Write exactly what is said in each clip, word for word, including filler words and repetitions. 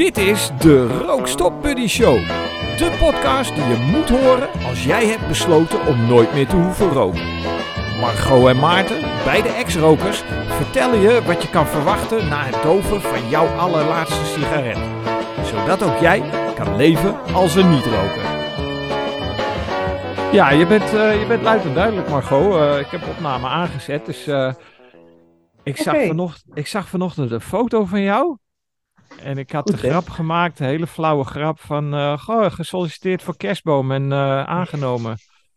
Dit is de Rookstop Buddy Show. De podcast die je moet horen als jij hebt besloten om nooit meer te hoeven roken. Margot en Maarten, beide ex-rokers, vertellen je wat je kan verwachten na het doven van jouw allerlaatste sigaret. Zodat ook jij kan leven als een niet-roker. Ja, je bent, uh, je bent luid en duidelijk, Margot. Uh, ik heb opname aangezet, dus uh, ik, zag okay. vanochtend, ik zag vanochtend een foto van jou. En ik had Goed, de grap gemaakt, een hele flauwe grap van... Uh, goh, gesolliciteerd voor kerstboom en uh, aangenomen.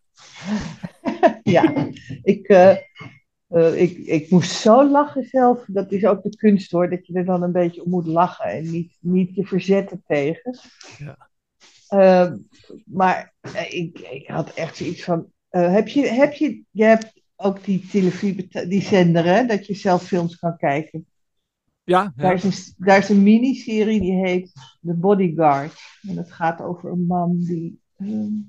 Ja, ik, uh, uh, ik, ik moest zo lachen zelf. Dat is ook de kunst hoor, dat je er dan een beetje om moet lachen. En niet, niet je verzetten tegen. Ja. Uh, maar uh, ik, ik had echt zoiets van... Uh, heb je, heb je, je hebt ook die televisie, die zender hè, dat je zelf films kan kijken. Ja, ja. Daar, is een, daar is een miniserie die heet The Bodyguard. En het gaat over een man die... Um,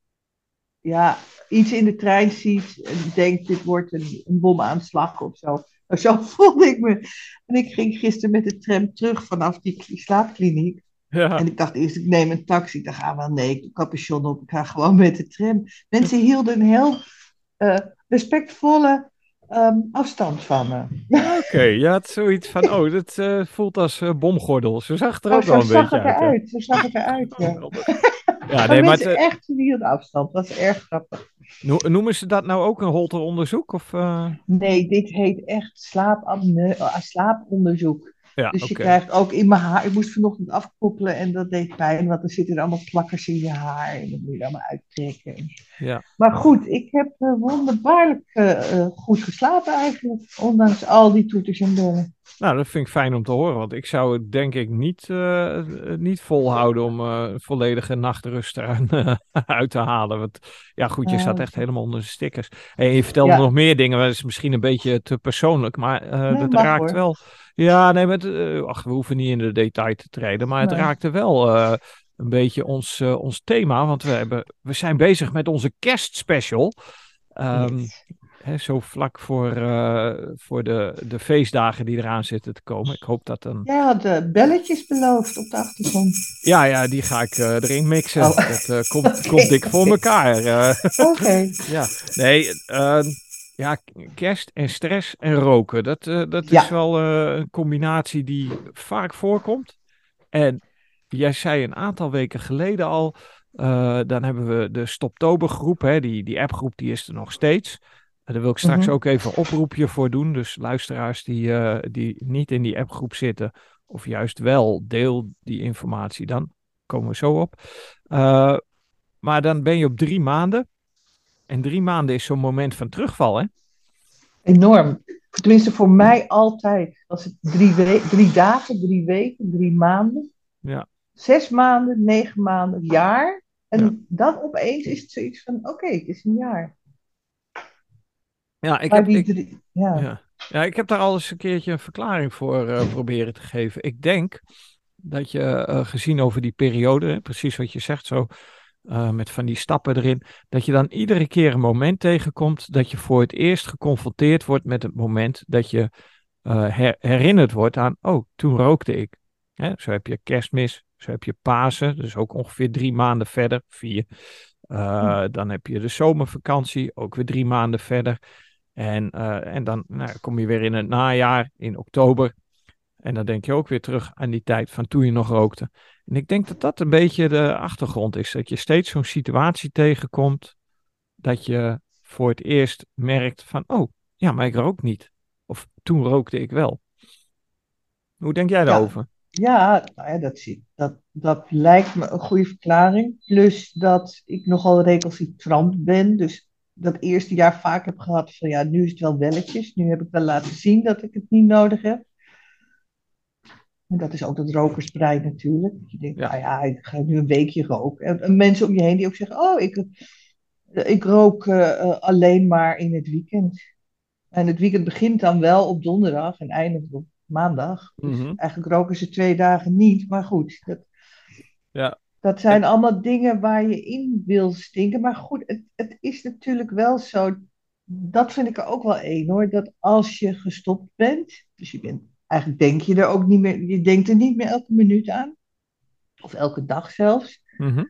ja, iets in de trein ziet en denkt, dit wordt een, een bomaanslag of zo. Nou, zo voelde ik me. En ik ging gisteren met de tram terug vanaf die slaapkliniek. Ja. En ik dacht eerst, ik neem een taxi. Ik dacht, ah wel nee, ik doe capuchon op. Ik ga gewoon met de tram. Mensen hielden een heel uh, respectvolle um, afstand van me. Oké, okay, je had zoiets van, oh, dat uh, voelt als uh, bomgordel. Zo zag het er oh, ook wel een beetje uit. Eruit, zo zag het eruit. Ja. Ja, nee, maar mensen het, echt hielden afstand. Dat is erg grappig. No- noemen ze dat nou ook een holteronderzoek? Of, uh... Nee, dit heet echt slaapapne- slaaponderzoek. Ja, dus je okay. krijgt ook in mijn haar... Ik moest vanochtend afkoppelen en dat deed pijn. Want er zitten er allemaal plakkers in je haar. En dat moet je allemaal uittrekken. Ja. Maar goed, ik heb uh, wonderbaarlijk uh, goed geslapen eigenlijk. Ondanks al die toeters en bellen. Nou, dat vind ik fijn om te horen. Want ik zou het denk ik niet, uh, niet volhouden om uh, volledige nachtrust eraan uh, uit te halen. Want ja, goed, je staat echt helemaal onder de stickers. En je vertelde ja. nog meer dingen. Dat is misschien een beetje te persoonlijk. Maar uh, nee, dat mag, raakt hoor. wel... Ja, nee, met, uh, ach, we hoeven niet in de detail te treden. Maar het nee. raakte wel uh, een beetje ons, uh, ons thema. Want we, hebben, we zijn bezig met onze kerstspecial. Um, yes. He, zo vlak voor, uh, voor de, de feestdagen die eraan zitten te komen. Ik hoop dat dan... Jij had uh, belletjes beloofd op de achtergrond. Ja, ja, die ga ik uh, erin mixen. Oh. Dat uh, komt, komt dik voor elkaar. Uh, Oké. Okay. Ja, nee, uh, ja, kerst en stress en roken. Dat, uh, dat ja. is wel uh, een combinatie die vaak voorkomt. En jij zei een aantal weken geleden al... Uh, dan hebben we de Stoptober groep. Hè, die, die appgroep die is er nog steeds... Daar wil ik straks mm-hmm. ook even een oproepje voor doen. Dus luisteraars die, uh, die niet in die appgroep zitten, of juist wel, deel die informatie dan. Komen we zo op. Uh, maar dan ben je op drie maanden. En drie maanden is zo'n moment van terugval, hè? Enorm. Tenminste voor mij altijd. Als het drie, we- drie dagen, drie weken, drie maanden. Ja. Zes maanden, negen maanden, jaar. En ja. dan opeens is het zoiets van, oké, okay, het is een jaar. Ja, ik heb, ik, drie, ja. Ja. ja, ik heb daar al eens een keertje een verklaring voor uh, proberen te geven. Ik denk dat je uh, gezien over die periode, precies wat je zegt zo, uh, met van die stappen erin, dat je dan iedere keer een moment tegenkomt dat je voor het eerst geconfronteerd wordt met het moment dat je uh, her- herinnerd wordt aan, oh, toen rookte ik. Hè? Zo heb je Kerstmis, zo heb je Pasen, dus ook ongeveer drie maanden verder, vier. Uh, hm. Dan heb je de zomervakantie, ook weer drie maanden verder. En, uh, en dan nou, kom je weer in het najaar, in oktober. En dan denk je ook weer terug aan die tijd van toen je nog rookte. En ik denk dat dat een beetje de achtergrond is. Dat je steeds zo'n situatie tegenkomt. Dat je voor het eerst merkt van, oh, ja, maar ik rook niet. Of toen rookte ik wel. Hoe denk jij daarover? Ja, ja, ja dat, dat, dat lijkt me een goede verklaring. Plus dat ik nogal recalcitrant ben. Dus dat eerste jaar vaak heb gehad van ja, nu is het wel welletjes. Nu heb ik wel laten zien dat ik het niet nodig heb. En dat is ook dat rokersbrein natuurlijk. Je denkt, ja. nou ja, ik ga nu een weekje roken. En, en mensen om je heen die ook zeggen, oh, ik, ik rook uh, alleen maar in het weekend. En het weekend begint dan wel op donderdag en eindigt op maandag. Dus mm-hmm. eigenlijk roken ze twee dagen niet. Maar goed, dat, ja. dat zijn en... allemaal dingen waar je in wil stinken. Maar goed, het, het is natuurlijk wel zo. Dat vind ik er ook wel één hoor. Dat als je gestopt bent. Dus je bent, eigenlijk denk je er ook niet meer. Je denkt er niet meer elke minuut aan. Of elke dag zelfs. Mhm.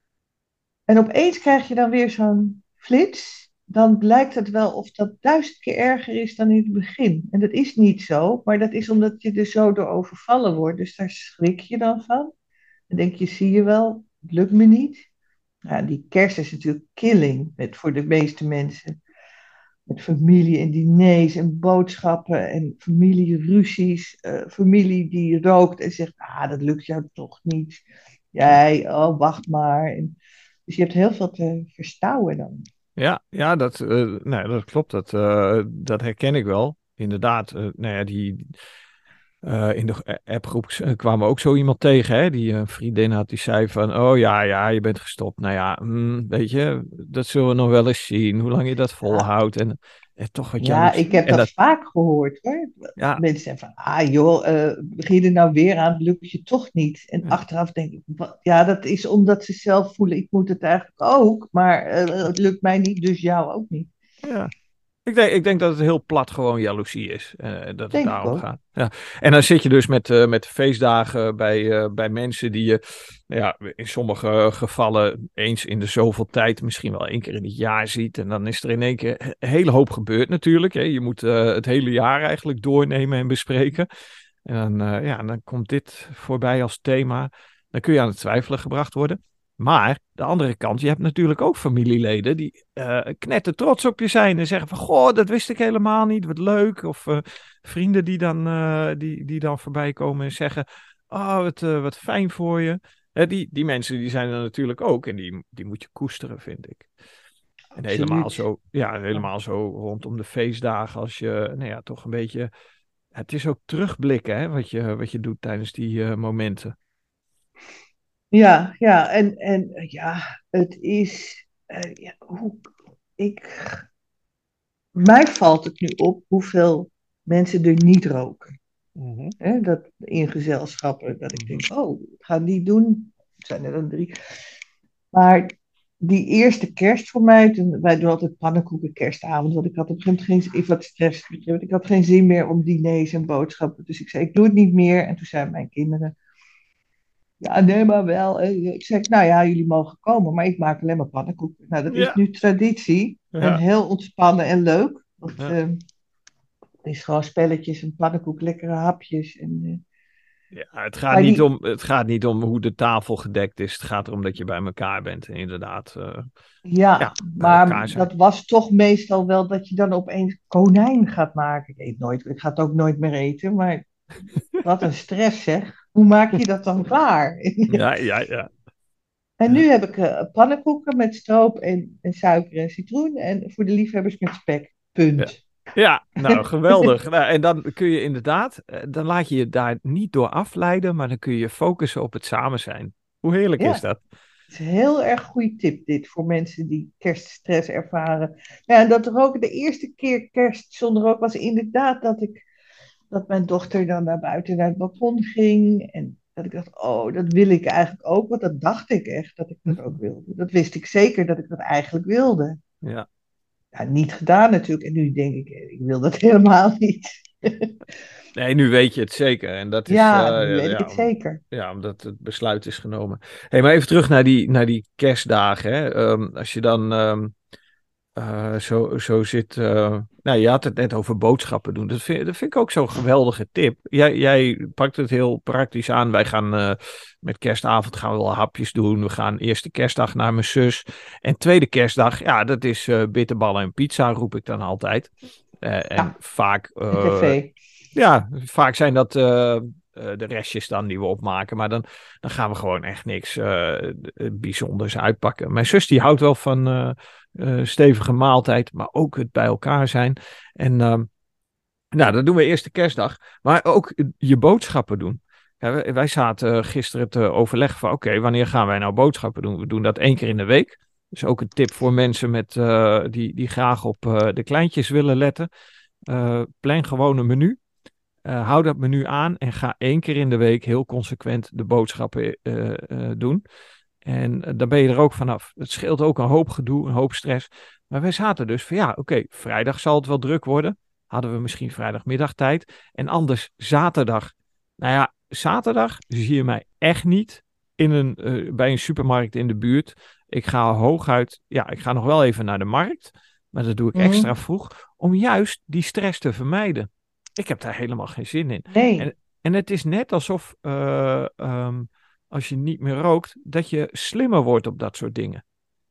En opeens krijg je dan weer zo'n flits. Dan blijkt het wel of dat duizend keer erger is dan in het begin. En dat is niet zo, maar dat is omdat je er zo door overvallen wordt. Dus daar schrik je dan van. Dan denk je, zie je wel, het lukt me niet. Ja, die kerst is natuurlijk killing met, voor de meeste mensen. Met familie en diners en boodschappen en familieruzies. eh familie die rookt en zegt, ah, dat lukt jou toch niet. Jij, oh, wacht maar. En, dus je hebt heel veel te verstouwen dan. Ja, ja dat, eh, nee, dat klopt. Dat, eh, dat herken ik wel. Inderdaad, eh, nou ja, die, eh, in de appgroep eh, kwamen we ook zo iemand tegen, hè, die een vriendin had, die zei van, oh ja, ja, je bent gestopt. Nou ja, mm, weet je, dat zullen we nog wel eens zien, hoe lang je dat Ja, volhoudt. En, en toch wat ja, ik jaloezie. heb En dat dat, vaak gehoord hoor. ja, Mensen zeggen van, ah joh, eh, begin er nou weer aan, het lukt je toch niet. En achteraf denk ik, wat- ja, dat is omdat ze zelf voelen, ik moet het eigenlijk ook, maar eh, het lukt mij niet, dus jou ook niet. ja. Ik denk, ik denk dat het heel plat gewoon jaloezie is. eh, dat het Denk ik daarom ook. gaat. Ja. En dan zit je dus met, eh, met de feestdagen bij, eh, bij mensen die je nou ja, in sommige gevallen eens in de zoveel tijd, misschien wel één keer in het jaar ziet. En dan is er in één keer een hele hoop gebeurd natuurlijk. Hè. Je moet eh, het hele jaar eigenlijk doornemen en bespreken. En dan, eh, ja, dan komt dit voorbij als thema. Dan kun je aan het twijfelen gebracht worden. Maar de andere kant, je hebt natuurlijk ook familieleden die uh, knetter trots op je zijn en zeggen van, goh, dat wist ik helemaal niet, wat leuk. Of uh, vrienden die dan, uh, die, die dan voorbij komen en zeggen, oh, wat, uh, wat fijn voor je. Uh, die, die mensen die zijn er natuurlijk ook en die, die moet je koesteren, vind ik. En helemaal Absoluut. zo, ja, Ja. helemaal zo rondom de feestdagen, als je, nou ja, toch een beetje, het is ook terugblikken, hè, wat je, wat je doet tijdens die uh, momenten. Ja, ja, en, en eh, ja, het is, eh, ja, hoe, ik, mij valt het nu op hoeveel mensen er niet roken. Mhm. Hè? Dat in gezelschappen, dat ik Mhm. denk, oh, gaan die doen? Het zijn er dan drie. Maar die eerste kerst voor mij, toen, wij doen altijd pannenkoeken kerstavond, want ik had op een gegeven moment geen, ik had stress, weet je, want ik had geen zin meer om diners en boodschappen. Dus ik zei, ik doe het niet meer. En toen zeiden mijn kinderen, ja, nee, maar wel. eh, Ik zeg, nou ja, jullie mogen komen, maar ik maak alleen maar pannenkoeken. Nou, dat is Ja, nu traditie en ja, heel ontspannen en leuk. Want ja. eh, het is gewoon spelletjes en pannenkoek, lekkere hapjes. En, eh, Ja, het gaat maar niet die, om, het gaat niet om hoe de tafel gedekt is. Het gaat erom dat je bij elkaar bent en inderdaad, eh, ja, ja, bij maar elkaar zijn. dat was toch meestal wel dat je dan opeens konijn gaat maken. Ik eet nooit, ik ga het ook nooit meer eten, maar wat een stress zeg. Hoe maak je dat dan klaar? Ja, ja, ja. En Ja, nu heb ik eh, pannenkoeken met stroop en, en suiker en citroen en voor de liefhebbers met spek. ja. Punt. Ja, nou geweldig. Nou, en dan kun je inderdaad, eh, dan laat je je daar niet door afleiden, maar dan kun je je focussen op het samen zijn. Hoe heerlijk is Ja, dat? het is een heel erg goede tip dit voor mensen die kerststress ervaren. Ja, en dat roken de eerste keer kerst zonder rook was inderdaad dat ik dat mijn dochter dan naar buiten naar het balkon ging en dat ik dacht, oh, dat wil ik eigenlijk ook, want dat dacht ik echt dat ik dat ook wilde. Dat wist ik zeker dat ik dat eigenlijk wilde. Ja, Ja, niet gedaan natuurlijk. En nu denk ik, ik wil dat helemaal niet. nee, nu weet je het zeker. En dat is, Ja, nu eh, weet ik ja, het om- zeker. ja, omdat het besluit is genomen. Hey, maar even terug naar die, naar die kerstdagen. Hè. Ehm, als je dan ehm, eh, zo, zo zit. eh, nou, je had het net over boodschappen doen. Dat vind, dat vind ik ook zo'n geweldige tip. Jij, jij pakt het heel praktisch aan. Wij gaan eh, met kerstavond gaan we wel hapjes doen. We gaan eerste kerstdag naar mijn zus. En tweede kerstdag, ja, dat is eh, bitterballen en pizza, roep ik dan altijd. Eh, en Ja, vaak, en eh, tv. ja, vaak zijn dat eh, eh, de restjes dan die we opmaken. Maar dan, dan gaan we gewoon echt niks eh, bijzonders uitpakken. Mijn zus die houdt wel van eh, eh, stevige maaltijd, maar ook het bij elkaar zijn. En ehm, nou, dat doen we eerste kerstdag. Maar ook je boodschappen doen. Ja, wij, wij zaten gisteren te overleggen van oké, wanneer gaan wij nou boodschappen doen? We doen dat één keer in de week. Dus ook een tip voor mensen met, eh, die, die graag op eh, de kleintjes willen letten. Eh, plan gewoon een menu. Uh, hou dat menu aan en ga één keer in de week heel consequent de boodschappen uh, uh, doen. En uh, dan ben je er ook vanaf. Het scheelt ook een hoop gedoe, een hoop stress. Maar wij zaten dus van ja, oké, okay, vrijdag zal het wel druk worden. Hadden we misschien vrijdagmiddag tijd. En anders zaterdag. Nou ja, zaterdag zie je mij echt niet in een, uh, bij een supermarkt in de buurt. Ik ga hooguit, ja, ik ga nog wel even naar de markt, maar dat doe ik extra Mhm. vroeg, om juist die stress te vermijden. Ik heb daar helemaal geen zin in. En, Nee, en het is net alsof, uh, um, als je niet meer rookt, dat je slimmer wordt op dat soort dingen.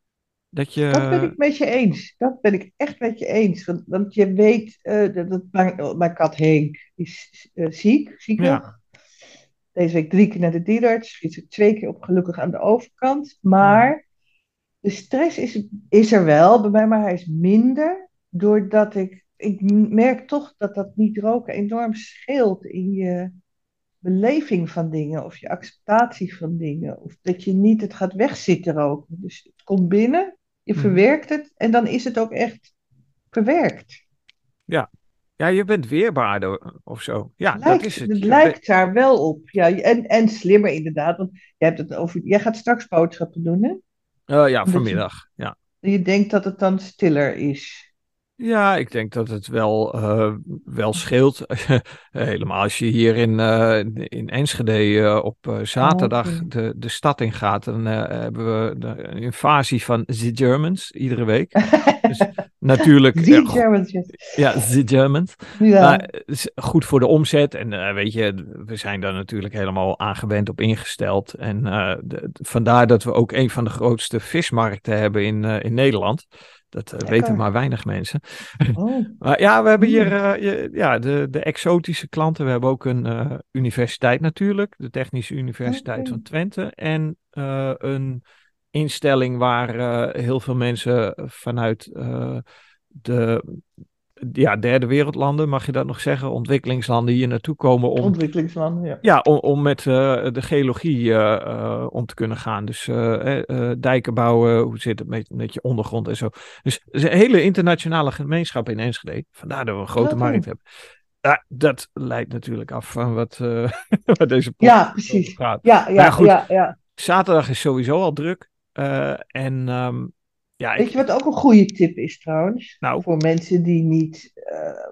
Dat dat ben je, ik met je eens. Dat ben ik echt met je eens. Want, want je weet, eh, dat, dat mijn, mijn kat Henk is eh, ziek, ja, ziekig. Deze week drie keer naar de dierenarts, is er twee keer op gelukkig aan de overkant. mm, Maar de stress is, is er wel bij mij, maar hij is minder. Doordat ik, ik merk toch dat dat niet roken enorm scheelt in je beleving van dingen of je acceptatie van dingen. Of dat je niet het gaat wegzitten roken. Dus het komt binnen, je mm, verwerkt het en dan is het ook echt verwerkt. ja. Ja, je bent weerbaarder of zo. Ja, dat Lijkt, is het. het Je bent, lijkt daar wel op. Ja, en, en slimmer inderdaad. Want jij, hebt het over, jij gaat straks boodschappen doen, hè? uh, ja, Omdat je, vanmiddag. Ja. je denkt dat het dan stiller is. Ja, ik denk dat het wel, uh, wel scheelt. Helemaal als je hier in, uh, in Enschede uh, op uh, Oh, zaterdag oké. de, de stad in gaat, dan uh, hebben we de, een invasie van The Germans iedere week. Dus natuurlijk, uh, Die go- Germans, yes. ja, The Germans. Maar Ja, het is goed voor de omzet. En uh, weet je, we zijn daar natuurlijk helemaal aangewend op ingesteld. En uh, de, vandaar dat we ook een van de grootste vismarkten hebben in, uh, in Nederland. Dat uh, weten lekker. maar weinig mensen. Oh, Maar ja, we hebben hier mm, uh, je, ja, de, de exotische klanten. We hebben ook een uh, universiteit natuurlijk. De Technische Universiteit oké. van Twente. En uh, een instelling waar uh, heel veel mensen vanuit uh, de ja, derde wereldlanden, mag je dat nog zeggen, ontwikkelingslanden hier naartoe komen om, Ontwikkelingslanden, ja. ja, om, om met uh, de geologie uh, uh, om te kunnen gaan. Dus uh, uh, dijken bouwen, hoe zit het met, met je ondergrond en zo. Dus het is een hele internationale gemeenschap in Enschede. Vandaar dat we een grote markt Oké. hebben. Ja, dat leidt natuurlijk af van wat, uh, waar deze Ja, podcast over precies. gaat. Ja, Maar ja, ja, goed, ja, ja. zaterdag is sowieso al druk. Uh, en um, ja, ik, Weet je ik, wat ook een goede tip is trouwens? nou, Voor mensen die niet eh,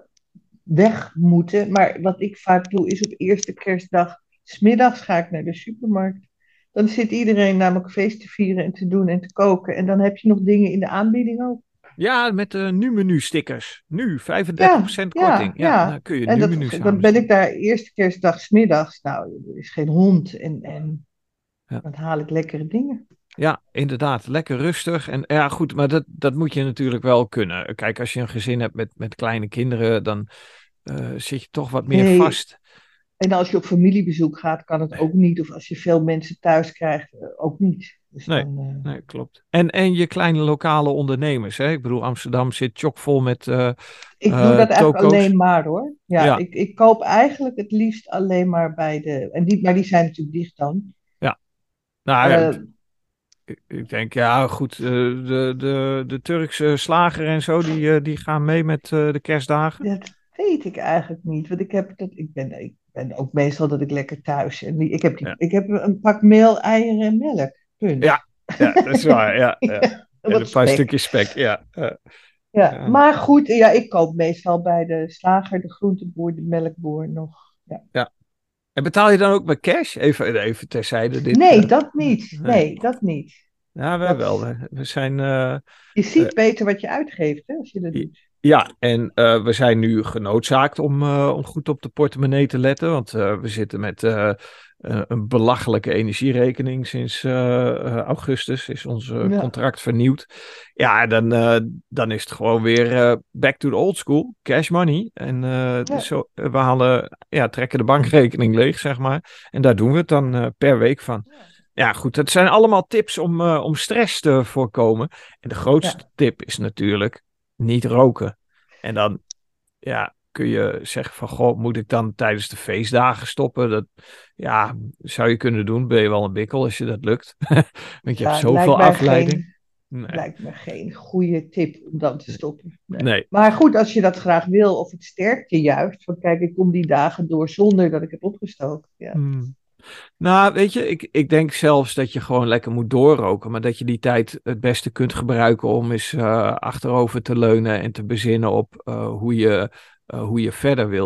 weg moeten. Maar wat ik vaak doe is op eerste kerstdag, 's middags ga ik naar de supermarkt. Dan zit iedereen namelijk feest te vieren en te doen en te koken. En dan heb je nog dingen in de aanbieding ook. ja, met de nu-menu stickers. Nu, Ja, vijfendertig procent korting. ja, Ja, ja. dan kun je En dat, nu-menu dan ben ik samenstellen. daar eerste kerstdag 's middags. Nou, er is geen hond. En, en Ja. dan haal ik lekkere dingen. Ja, inderdaad. Lekker rustig. En ja, goed, maar dat, dat moet je natuurlijk wel kunnen. Kijk, als je een gezin hebt met, met kleine kinderen, dan uh, zit je toch wat meer Nee, vast. en als je op familiebezoek gaat, kan het ook niet. Of als je veel mensen thuis krijgt, eh, ook niet. Dus Nee, dan, eh, nee, klopt. En, en je kleine lokale ondernemers. Hè? Ik bedoel, Amsterdam zit chockvol met uh, ik doe uh, dat eigenlijk toko's. alleen maar hoor. Ja, Ja, ik, ik koop eigenlijk het liefst alleen maar bij de. En die, maar die zijn natuurlijk dicht dan. ja. Nou ja, Eh, ik, ik ik denk, ja, goed. Uh, de, de, de Turkse slager en zo, die, uh, die gaan mee met uh, de kerstdagen. dat weet ik eigenlijk niet. Want ik heb dat. Ik ben, ik ben ook meestal dat ik lekker thuis. En die, ik, heb die, Ja, ik heb een pak meel, eieren en melk. Punt. ja, ja, dat is waar. Ja, ja. En En wat een paar spek. stukjes spek. Ja, uh, Ja, uh, maar goed, ja, ik koop meestal bij de slager, de groenteboer, de melkboer nog. Ja. ja. En betaal je dan ook met cash? Even, even terzijde dit. Nee, Uh, dat niet. nee. Nee, dat niet. Ja, wij wel. Dat, We, we zijn. Uh, je uh, ziet beter wat je uitgeeft, hè, als je dat doet. ja, en uh, we zijn nu genoodzaakt om, uh, om goed op de portemonnee te letten. Want uh, we zitten met uh, uh, een belachelijke energierekening sinds uh, uh, augustus. Is ons uh, Ja, contract vernieuwd. Ja, dan, uh, dan is het gewoon weer uh, back to the old school. Cash money. En uh, dus ja, zo, we halen, ja, trekken de bankrekening leeg, zeg maar. En daar doen we het dan uh, per week van. ja, Ja, goed. Het zijn allemaal tips om, uh, om stress te voorkomen. En de grootste ja. tip is natuurlijk niet roken. En dan ja, kun je zeggen van, goh, moet ik dan tijdens de feestdagen stoppen? Dat ja, zou je kunnen doen. Ben je wel een bikkel als je dat lukt. Want je hebt Ja, het lijkt zoveel mij afleiding. geen, Nee, lijkt me geen goede tip om dan te stoppen. Nee. nee. Maar goed, als je dat graag wil, of het sterkt je juist, van kijk, ik kom die dagen door zonder dat ik heb opgestoken. Ja, Hmm. Nou, weet je, ik, ik denk zelfs dat je gewoon lekker moet doorroken. Maar dat je die tijd het beste kunt gebruiken om eens uh, achterover te leunen en te bezinnen op uh, hoe, je, uh, hoe je verder wil.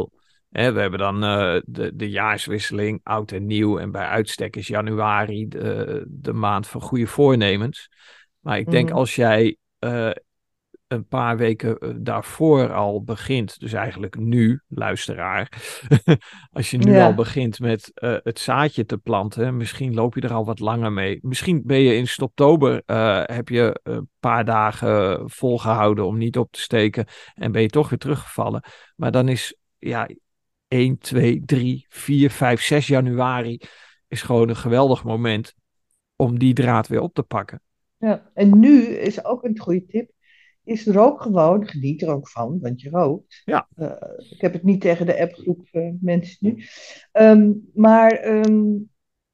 Hè, we hebben dan uh, de, de jaarswisseling, oud en nieuw. En bij uitstek is januari de, de maand van goede voornemens. Maar ik denk Mhm. als jij uh, een paar weken daarvoor al begint, dus eigenlijk nu, luisteraar, als je nu al Ja, begint met uh, het zaadje te planten, misschien loop je er al wat langer mee. Misschien ben je in stoptober, uh, heb je een paar dagen volgehouden om niet op te steken en ben je toch weer teruggevallen. Maar dan is, ja, één, twee, drie, vier, vijf, zes januari is gewoon een geweldig moment om die draad weer op te pakken. ja. En nu is ook een goede tip. Is rook gewoon, geniet er ook van, want je rookt. Ja. Uh, ik heb het niet tegen de appgroep uh, mensen nu. Um, maar um,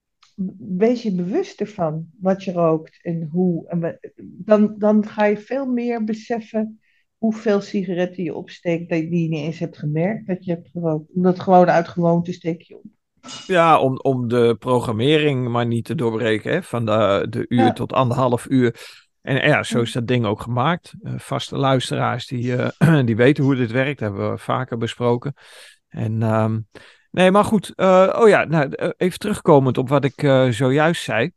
wees je bewust ervan wat je rookt en hoe. En dan, dan ga je veel meer beseffen hoeveel sigaretten je opsteekt die je niet eens hebt gemerkt dat je hebt gerookt. Omdat gewoon uit gewoonte steek je op. Ja, om, om de programmering maar niet te doorbreken, hè? Van de, de uur Ja, tot anderhalf uur. En ja, zo is dat ding ook gemaakt. Uh, vaste luisteraars die, uh, die weten hoe dit werkt, hebben we vaker besproken. En um, nee, maar goed. Uh, oh ja, nou, even terugkomend op wat ik uh, zojuist zei.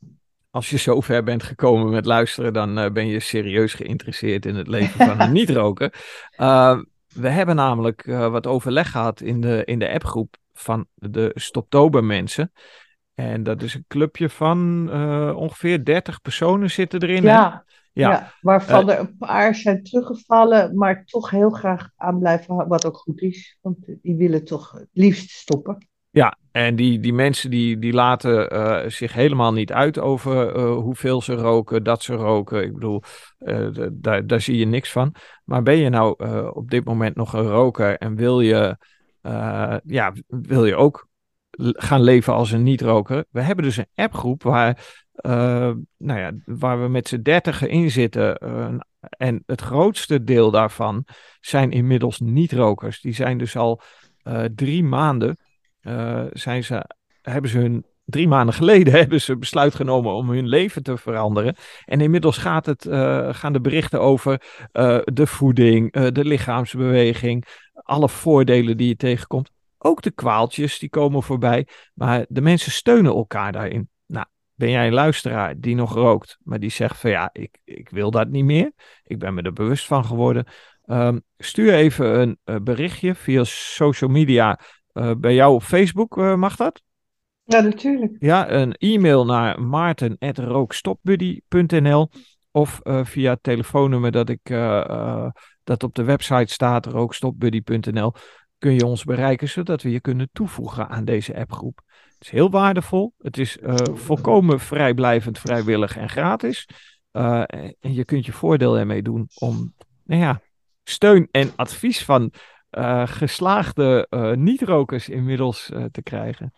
Als je zover bent gekomen met luisteren, dan uh, ben je serieus geïnteresseerd in het leven van een niet-roker. Uh, we hebben namelijk uh, wat overleg gehad in de, in de appgroep van de Stoptober mensen. En dat is een clubje van uh, ongeveer dertig personen zitten erin, hè? ja, Ja, ja, uh, waarvan er een paar zijn teruggevallen, maar toch heel graag aan blijven houden, wat ook goed is. Want die willen toch het liefst stoppen. ja. En die, die mensen die, die laten uh, zich helemaal niet uit over uh, hoeveel ze roken, dat ze roken. Ik bedoel, uh, d- daar, daar zie je niks van. Maar ben je nou uh, op dit moment nog een roker en wil je, uh, ja, wil je ook l- gaan leven als een niet-roker? We hebben dus een appgroep waar, uh, nou ja, waar we met z'n dertigen in zitten. Uh, en het grootste deel daarvan zijn inmiddels niet-rokers. Die zijn dus al uh, drie maanden uh, zijn ze, hebben ze hun, drie maanden geleden hebben ze besluit genomen om hun leven te veranderen. En inmiddels gaat het, uh, gaan de berichten over uh, de voeding, uh, de lichaamsbeweging, alle voordelen die je tegenkomt. Ook de kwaaltjes die komen voorbij. Maar de mensen steunen elkaar daarin. Nou, ben jij een luisteraar die nog rookt, maar die zegt van ja, ik, ik wil dat niet meer. Ik ben me er bewust van geworden. Um, stuur even een uh, berichtje via social media. Uh, bij jou op Facebook, uh, mag dat? Ja, natuurlijk. Ja, een e-mail naar maarten at rookstopbuddy punt n l of uh, via het telefoonnummer dat, ik, uh, uh, dat op de website staat, rookstopbuddy punt n l, kun je ons bereiken zodat we je kunnen toevoegen aan deze appgroep. Het is heel waardevol. Het is uh, volkomen vrijblijvend, vrijwillig en gratis. Uh, en je kunt je voordeel ermee doen om, nou ja, steun en advies van uh, geslaagde uh, niet-rokers inmiddels uh, te krijgen.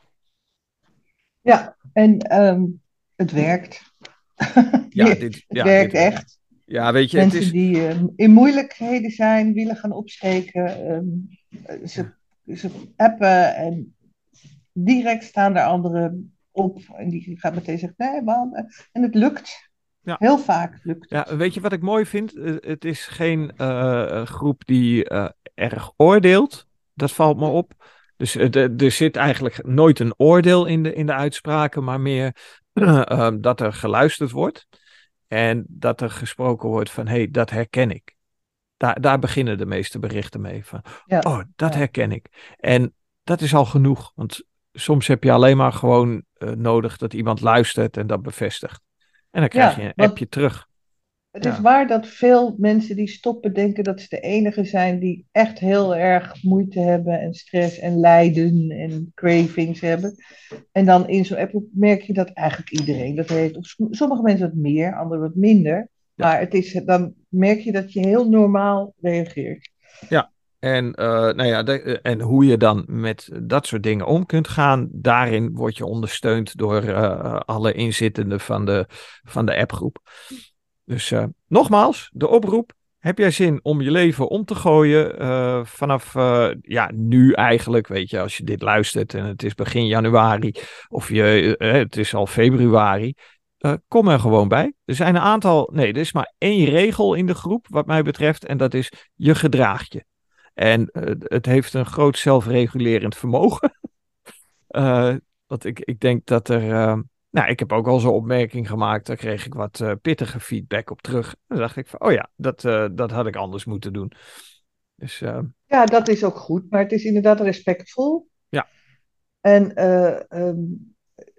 Ja, en um, het werkt. Ja, dit, Het ja, dit werkt werkt. echt. Ja, weet je, het Mensen is. die um, in moeilijkheden zijn, willen gaan opsteken, um, ze, Ja, ze appen en direct staan er anderen op. En die gaan meteen zeggen, nee man. En het lukt. ja, Heel vaak lukt ja, het. weet je wat ik mooi vind? Uh, Het is geen uh, groep die uh, erg oordeelt. Dat valt me op. Dus uh, de, er zit eigenlijk nooit een oordeel in de, in de uitspraken, maar meer uh, uh, dat er geluisterd wordt. En dat er gesproken wordt van, hé, hey, dat herken ik. Daar, daar beginnen de meeste berichten mee. Van, Ja, oh, dat ja. herken ik. En dat is al genoeg. Want soms heb je alleen maar gewoon uh, nodig dat iemand luistert en dat bevestigt. En dan krijg je Ja, een want appje terug. het is Ja, waar dat veel mensen die stoppen denken dat ze de enige zijn die echt heel erg moeite hebben en stress en lijden en cravings hebben. En dan in zo'n app merk je dat eigenlijk iedereen dat heeft. Of sommige mensen wat meer, anderen wat minder. ja, Maar het is, dan merk je dat je heel normaal reageert. ja. En, uh, nou ja, de, uh, en hoe je dan met dat soort dingen om kunt gaan, daarin word je ondersteund door uh, alle inzittenden van de, van de appgroep. Dus uh, nogmaals, de oproep. Heb jij zin om je leven om te gooien uh, vanaf uh, ja, nu eigenlijk, weet je, als je dit luistert en het is begin januari of je, uh, het is al februari, uh, kom er gewoon bij. Er zijn een aantal, nee, er is maar één regel in de groep wat mij betreft en dat is je gedraagt je. En uh, het heeft een groot zelfregulerend vermogen. uh, want ik, ik denk dat er... Uh, nou, ik heb ook al zo'n opmerking gemaakt. Daar kreeg ik wat uh, pittige feedback op terug. Dan dacht ik van, oh ja, dat, uh, dat had ik anders moeten doen. Dus, uh, Ja, dat is ook goed, maar het is inderdaad respectvol. Ja. En uh, um,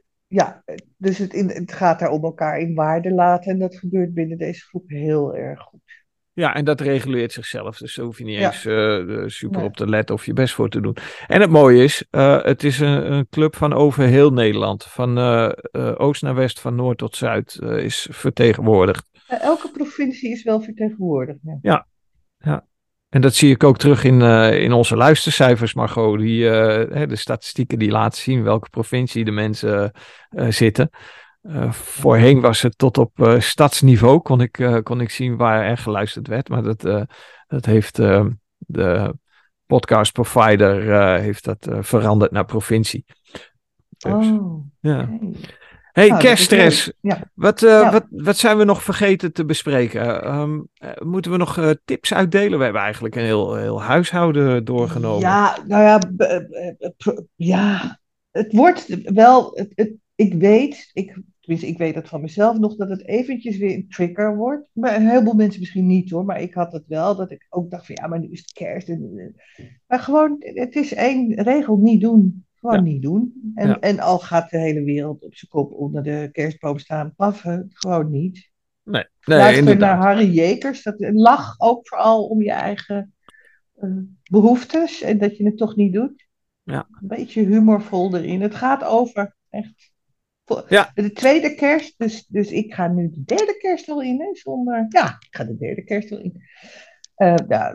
ja, dus het, in, het gaat daar om elkaar in waarde laten. En dat gebeurt binnen deze groep heel erg goed. Ja, en dat reguleert zichzelf. Dus daar hoef je niet Ja. eens uh, super Nee. op te letten of je best voor te doen. En het mooie is, uh, het is een, een club van over heel Nederland. Van uh, uh, oost naar west, van noord tot zuid uh, is vertegenwoordigd. Uh, elke provincie is wel vertegenwoordigd. Ja. Ja, ja. En dat zie ik ook terug in, uh, in onze luistercijfers, Margot. Die, uh, hè, de statistieken die laten zien welke provincie de mensen uh, zitten. Uh, voorheen was het tot op uh, stadsniveau, kon ik, uh, kon ik zien waar er geluisterd werd. Maar dat, uh, dat heeft uh, de podcast provider uh, heeft dat, uh, veranderd naar provincie. Dus, oh, ja. Okay. Hey, nou, kerststress. Ja. Wat, uh, ja. wat, wat zijn we nog vergeten te bespreken? Um, uh, moeten we nog uh, tips uitdelen? We hebben eigenlijk een heel, heel huishouden doorgenomen. Ja, nou ja, b- b- b- ja, het wordt wel, het, het, ik weet, ik, tenminste ik weet het van mezelf nog, dat het eventjes weer een trigger wordt. Maar een heleboel mensen misschien niet hoor, maar ik had het wel, dat ik ook dacht van ja, maar nu is het kerst. En, maar gewoon, het is één regel, niet doen. Gewoon Ja. niet doen. En, Ja. en al gaat de hele wereld op zijn kop onder de kerstboom staan paffen, gewoon niet. Nee, nee Luister inderdaad. naar Harry Jekers, dat lach ook vooral om je eigen uh, behoeftes en dat je het toch niet doet. Ja. Een beetje humorvol erin. Het gaat over echt. Ja. De tweede kerst, dus, dus ik ga nu de derde kerst wel in, hè, zonder. Ja, ik ga de derde kerst wel in. Uh, ja,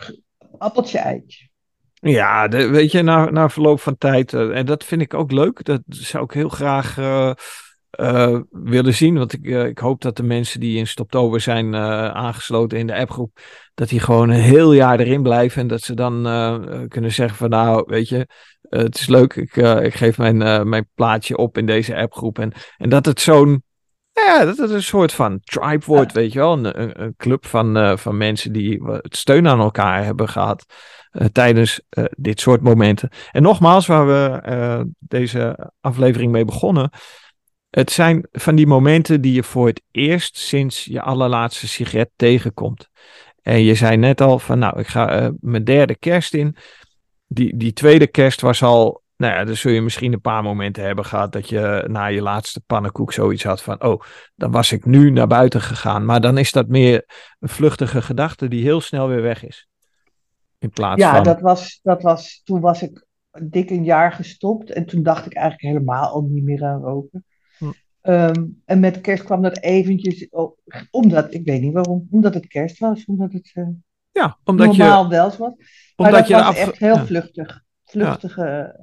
appeltje eitje. Ja, de, weet je, na, na verloop van tijd, uh, en dat vind ik ook leuk, dat zou ik heel graag uh, uh, willen zien, want ik, uh, ik hoop dat de mensen die in Stoptober zijn uh, aangesloten in de appgroep, dat die gewoon een heel jaar erin blijven en dat ze dan uh, kunnen zeggen van nou, weet je, uh, het is leuk, ik, uh, ik geef mijn, uh, mijn plaatje op in deze appgroep en, en dat het zo'n, ja, dat het een soort van tribe wordt, weet je wel, een, een, een club van, uh, van mensen die het steun aan elkaar hebben gehad. Uh, tijdens uh, dit soort momenten. En nogmaals, waar we uh, deze aflevering mee begonnen. Het zijn van die momenten die je voor het eerst sinds je allerlaatste sigaret tegenkomt. En je zei net al van nou, ik ga uh, mijn derde kerst in. Die, die tweede kerst was al, nou ja, dan zul je misschien een paar momenten hebben gehad dat je na je laatste pannenkoek zoiets had van oh, dan was ik nu naar buiten gegaan. Maar dan is dat meer een vluchtige gedachte die heel snel weer weg is. In plaats ja, van... dat was, dat was, toen was ik dik een jaar gestopt en toen dacht ik eigenlijk helemaal al niet meer aan roken. Hm. Um, en met kerst kwam dat eventjes, oh, omdat, ik weet niet waarom, omdat het kerst was, omdat het uh, ja, omdat normaal je, wel was. Maar omdat dat je was afge... echt heel ja. vluchtig. Vluchtige. Ja.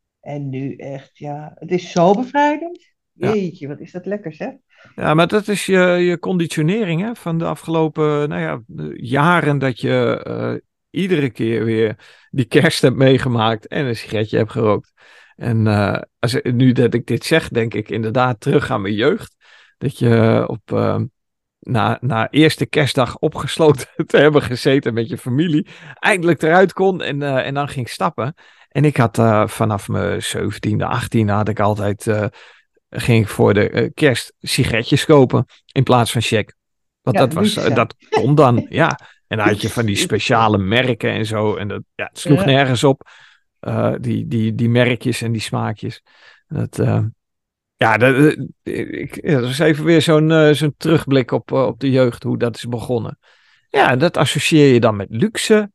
En nu echt, ja, het is zo bevrijdend. Jeetje, ja. Wat is dat lekker, zeg. Ja, maar dat is je, je conditionering hè, van de afgelopen nou ja, jaren dat je uh, iedere keer weer die kerst hebt meegemaakt en een sigaretje hebt gerookt. En uh, als, nu dat ik dit zeg, denk ik inderdaad terug aan mijn jeugd. Dat je op, uh, na, na eerste kerstdag opgesloten te hebben gezeten met je familie, eindelijk eruit kon en, uh, en dan ging stappen. En ik had uh, vanaf mijn zeventiende, achttiende had ik altijd... Uh, ging ik voor de uh, kerst sigaretjes kopen in plaats van check. Want ja, dat, was, uh, dat kon dan, ja. En dan had je van die speciale merken en zo. En dat, ja, het sloeg ja. nergens op. Uh, die, die, die merkjes en die smaakjes. Dat, uh, ja, dat, uh, ik, ja, dat is even weer zo'n, uh, zo'n terugblik op, uh, op de jeugd, hoe dat is begonnen. Ja, dat associeer je dan met luxe.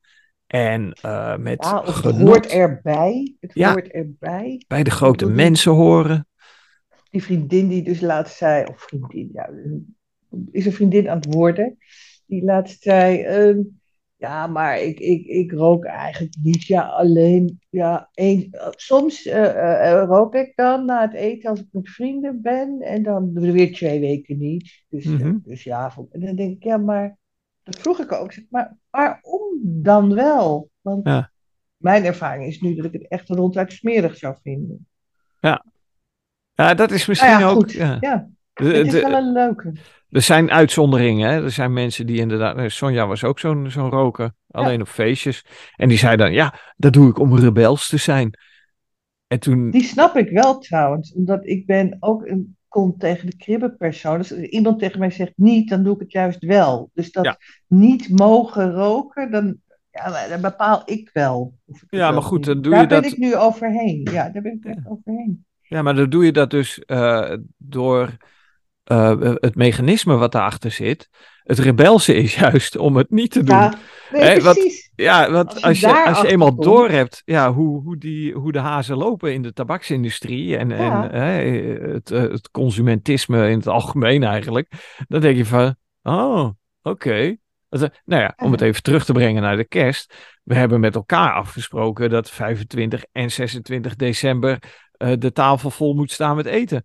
En uh, met ja, het genot. hoort erbij. Het ja, hoort erbij. Bij de grote mensen horen. Die vriendin die dus laatst zei, of vriendin, ja, is een vriendin aan het worden, die laatst zei, um, ja, maar ik, ik, ik rook eigenlijk niet, ja, alleen, ja, een, soms uh, uh, rook ik dan na het eten als ik met vrienden ben, en dan weer twee weken niet, dus, mm-hmm. uh, dus ja, en dan denk ik, ja, maar, dat vroeg ik ook, maar waarom dan wel? Want ja. Mijn ervaring is nu dat ik het echt ronduit smerig zou vinden. Ja. Ja, dat is misschien nou ja, ook... Goed. Ja. ja, het is wel een leuke. Er zijn uitzonderingen, hè. Er zijn mensen die inderdaad... Sonja was ook zo'n, zo'n roker. Alleen Ja, op feestjes. En die zei dan, ja, dat doe ik om rebels te zijn. En toen, die snap ik wel trouwens, omdat ik ben ook een kont tegen de kribbenpersoon. Dus als iemand tegen mij zegt niet, dan doe ik het juist wel. Dus dat ja, niet mogen roken, dan, ja, maar dan bepaal ik wel of ik het ja, wel maar of goed, niet dan doe. doe je Daar ben dat. ik nu overheen. Ja, daar ben ik echt Ja, overheen. ja, maar dan doe je dat dus eh, door eh, het mechanisme wat daarachter zit. Het rebelse is juist om het niet te doen. Ja, nee, Hè, want, precies. ja, want Als je als je, als je daarachter eenmaal komt, doorhebt ja, hoe, hoe, die, hoe de hazen lopen in de tabaksindustrie en, en ja. hè, het, eh, het consumentisme in het algemeen eigenlijk, dan denk je van, oh, oké. Dat, eh, Nou ja, om het even terug te brengen naar de kerst. We hebben met elkaar afgesproken dat vijfentwintig en zesentwintig december eh, de tafel vol moet staan met eten.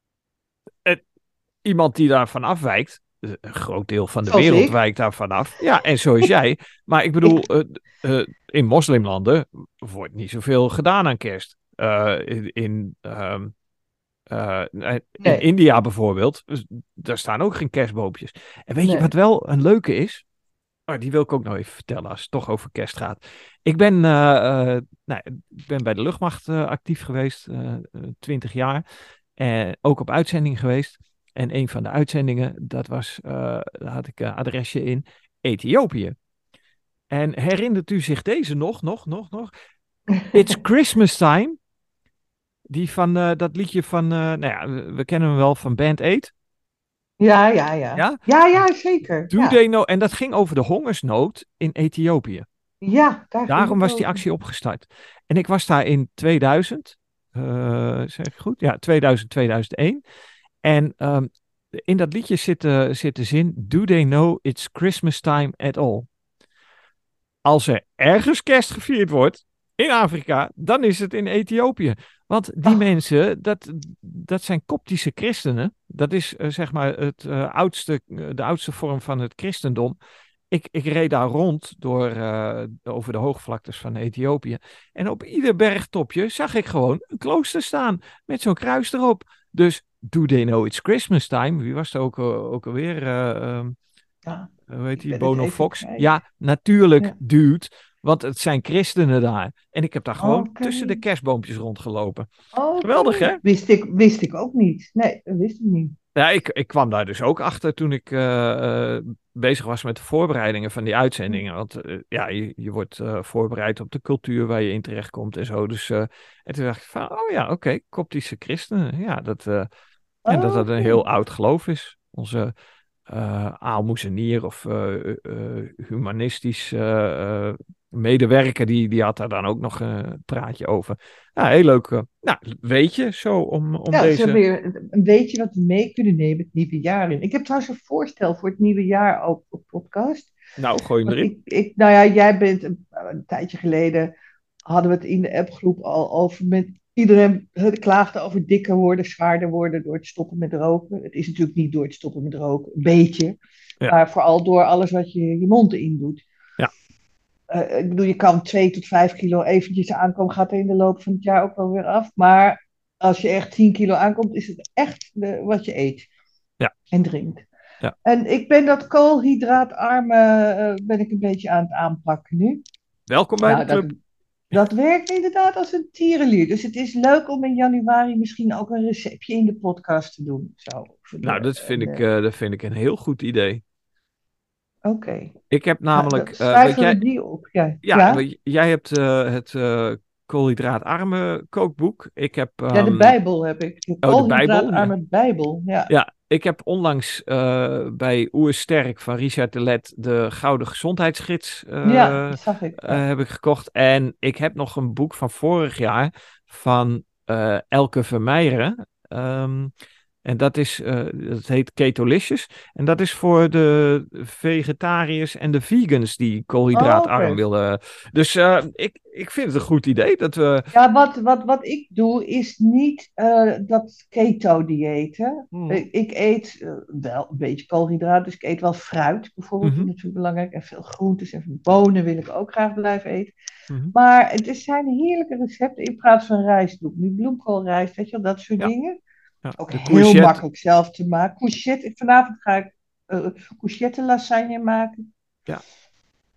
En iemand die daarvan afwijkt, eh, een groot deel van de Zoals wereld ik. wijkt daarvan af. Ja, en zo is jij. Maar ik bedoel, Ik, eh, eh, in moslimlanden wordt niet zoveel gedaan aan kerst. Eh, in, in, ehm, eh, in nee, India bijvoorbeeld, dus daar staan ook geen kerstboompjes. En weet je wat nee. wel een leuke is? Oh, die wil ik ook nog even vertellen als het toch over kerst gaat. Ik ben, eh, eh, nou, ik ben bij de luchtmacht eh, actief geweest, eh twintig jaar. En ook op uitzending geweest. En een van de uitzendingen, dat was, eh, daar had ik een adresje in Ethiopië. En herinnert u zich deze nog, nog, nog, nog? It's Christmas Time. Die van eh, dat liedje van, eh, nou ja, we, we kennen hem wel van Band Aid. Ja, ja, ja. Ja? Ja, ja, zeker. Do Ja, they know? En dat ging over de hongersnood in Ethiopië. ja, daar ging Daarom het was die over. actie opgestart. En ik was daar in tweeduizend, eh, zeg ik goed? Ja, tweeduizend, tweeduizendéén. En ehm, in dat liedje zit, de- zit de zin: Do they know it's Christmas time at all? Als er ergens kerst gevierd wordt in Afrika, dan is het in Ethiopië. Want die Ach, mensen, dat, dat zijn Koptische christenen. Dat is eh, zeg maar het, eh, oudste, eh, de oudste vorm van het christendom. Ik, ik reed daar rond door, eh, over de hoogvlaktes van Ethiopië. En op ieder bergtopje zag ik gewoon een klooster staan met zo'n kruis erop. Dus do they know it's Christmas time? Wie was er ook, eh, ook alweer? eh, ehm, ja, hoe heet ik die? ben het Bono even Fox? kwijt. Ja, natuurlijk, Ja, dude. Want het zijn christenen daar. En ik heb daar gewoon oké. tussen de kerstboompjes rondgelopen. Geweldig, Oké. hè? Wist ik, wist ik ook niet. Nee, dat wist ik niet. Ja, ik, ik kwam daar dus ook achter toen ik eh, eh, bezig was met de voorbereidingen van die uitzendingen. Want eh, ja, je, je wordt eh, voorbereid op de cultuur waar je in terechtkomt en zo. Dus uh, en toen dacht ik van, oh ja, oké, okay, Koptische christenen. Ja, dat, uh, en dat dat een Oké. heel oud geloof is. Onze uh, aalmoezenier of uh, uh, humanistisch uh, medewerker, die, die had daar dan ook nog een praatje over. Ja, heel leuk. Uh, nou, weet je, zo om, om Ja, zo deze... weer een beetje wat we mee kunnen nemen het nieuwe jaar in. Ik heb trouwens een voorstel voor het nieuwe jaar ook op podcast. Nou, gooi hem Want erin. ik, ik, nou ja, jij bent een, een tijdje geleden, hadden we het in de appgroep al over met iedereen klaagde over dikker worden, zwaarder worden door het stoppen met roken. Het is natuurlijk niet door het stoppen met roken, een beetje, Ja, maar vooral door alles wat je je mond in doet. ja. Uh, ik bedoel, je kan twee tot vijf kilo eventjes aankomen, gaat er in de loop van het jaar ook wel weer af. Maar als je echt tien kilo aankomt, is het echt de, wat je eet Ja, en drinkt. ja. En ik ben dat koolhydraatarme, uh, ben ik een beetje aan het aanpakken nu. Welkom bij de Nou, dat, club. dat werkt inderdaad als een tierenlier. Dus het is leuk om in januari misschien ook een receptje in de podcast te doen. Zo, voor Nou, de, dat vind ik, uh, uh, dat vind ik een heel goed idee. Oké, okay. Ik heb Nou, namelijk, dan uh, want schrijven we jij, die op. Ja, ja, ja? want jij hebt uh, het uh, koolhydraatarme kookboek. Ik heb, Ja, de um, Bijbel heb ik. De oh, de Bijbel. Ja, koolhydraatarme Bijbel. Ja. ja, ik heb onlangs uh, bij Oersterk van Richard de Let de Gouden Gezondheidsgids Ja, uh, dat zag ik. uh, Ja. heb ik gekocht. En ik heb nog een boek van vorig jaar van uh, Elke Vermeijeren. Um, En dat is, uh, dat heet Ketolicious. En dat is voor de vegetariërs en de vegans die Oh, oké. koolhydraatarm Okay. willen. Dus uh, ik, ik vind het een goed idee dat we... Ja, wat, wat, wat ik doe is niet uh, dat keto-dieet. Mm. Ik, ik eet uh, wel een beetje koolhydraten, dus ik eet wel fruit bijvoorbeeld, Mm-hmm. is natuurlijk belangrijk. En veel groentes en bonen wil ik ook graag blijven eten. Mm-hmm. Maar er zijn heerlijke recepten in plaats van rijst. Doe ik nu bloemkoolrijst, weet je wel, dat soort Ja, dingen. ja, Ook de heel courgette. makkelijk zelf te maken. Courgette, vanavond ga ik uh, courgette lasagne maken. Ja.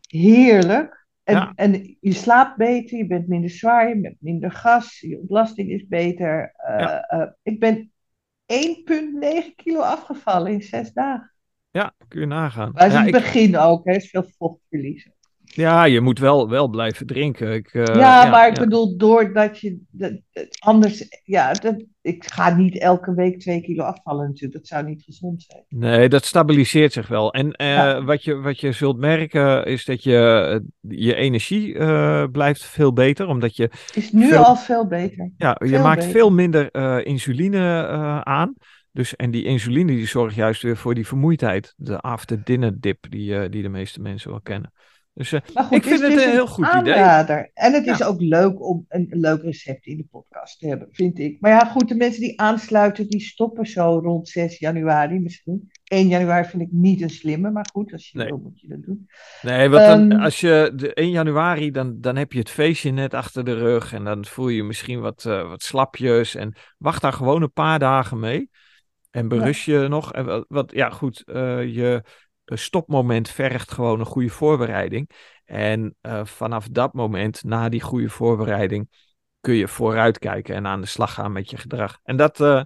heerlijk. En, Ja, en je slaapt beter, je bent minder zwaar, je bent minder gas, je ontlasting is beter. ja, Eh, eh, ik ben één komma negen kilo afgevallen in zes dagen. ja, kun je nagaan. Maar dat is Ja, het ik, begin ook, hè, is veel vochtverlies. ja, je moet wel, wel blijven drinken. Ik, eh, Ja, ja, maar ik ja. bedoel, doordat je dat, dat- anders, ja, dat, ik ga niet elke week twee kilo afvallen natuurlijk. Dat zou niet gezond zijn. Nee, dat stabiliseert zich wel. En Ja, eh, wat je, wat je zult merken is dat je, eh, je energie eh, blijft veel beter, omdat je is nu veel, al veel beter. ja, je Veel maakt veel beter. minder eh, insuline eh, aan. Dus, en die insuline die zorgt juist weer voor die vermoeidheid, de after dinner dip die, eh, die de meeste mensen wel kennen. Dus eh, Maar goed, ik het vind is het dus een heel een goed idee. aanrader. En het is Ja, ook leuk om een, een leuk recept in de podcast te hebben, vind ik. Maar ja, goed, de mensen die aansluiten, die stoppen zo rond zes januari misschien. één januari vind ik niet een slimme, maar goed, als je nee. wil moet je dat doen. Nee, want dan, Ehm, als je de één januari, dan, dan heb je het feestje net achter de rug en dan voel je je misschien wat, eh, wat slapjes en wacht daar gewoon een paar dagen mee en ja, berust je nog. En wat, wat- ja goed, eh, je stopmoment vergt gewoon een goede voorbereiding. En eh, vanaf dat moment, na die goede voorbereiding, kun je vooruitkijken en aan de slag gaan met je gedrag. En dat, eh,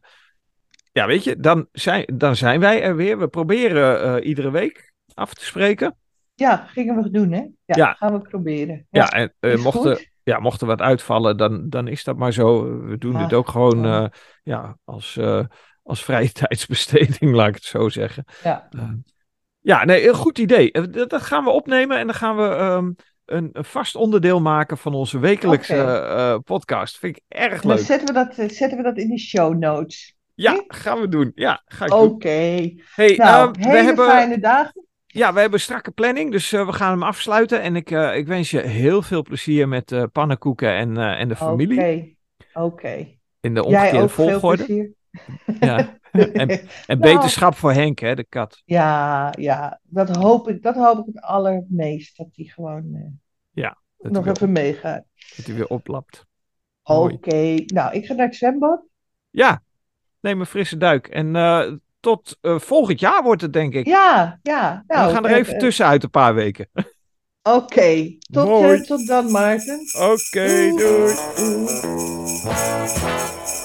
ja weet je, dan zijn, dan zijn wij er weer. We proberen eh, iedere week af te spreken. ja, gingen we doen, hè? Ja, Ja, gaan we proberen. Ja, Ja, en eh, is mochten, goed. ja, mocht er wat uitvallen, dan, dan is dat maar zo. We doen dit Ja, ook gewoon oh, eh, ja, als, eh, als vrije tijdsbesteding, laat ik het zo zeggen. ja. Eh, ja, nee, een goed idee. Eh, Dat, dat gaan we opnemen en dan gaan we ehm, een, een vast onderdeel maken van onze wekelijkse Oké. eh, podcast. Vind ik erg En dan leuk. zetten we dat, eh, zetten we dat in de show notes. Ja, Oké? gaan we doen. Ja, ga ik doen. Oké. Hey, ehm, Nou, we hele hebben, fijne dagen. ja, we hebben een strakke planning, dus eh, we gaan hem afsluiten. En ik, eh, ik wens je heel veel plezier met eh pannenkoeken en, eh, en de familie. Oké. Oké. In de Jij omgekeerde ook veel volgorde. plezier. Ja. En, en Nou, beterschap voor Henk, hè, de kat. ja, ja, dat hoop ik, dat hoop ik het allermeest. Dat die gewoon eh, Ja, dat hij nog weer, even op, meegaat. dat hij weer oplapt. Mooi. Oké. Nou, ik ga naar het zwembad. Ja, neem een frisse duik. En eh, tot eh, volgend jaar wordt het, denk ik. Ja, ja. En we Nou, gaan er eh, even eh, tussenuit een paar weken. oké. Tot, eh, Mooi. tot dan, Maarten. Oké, Doei. doei. Doei.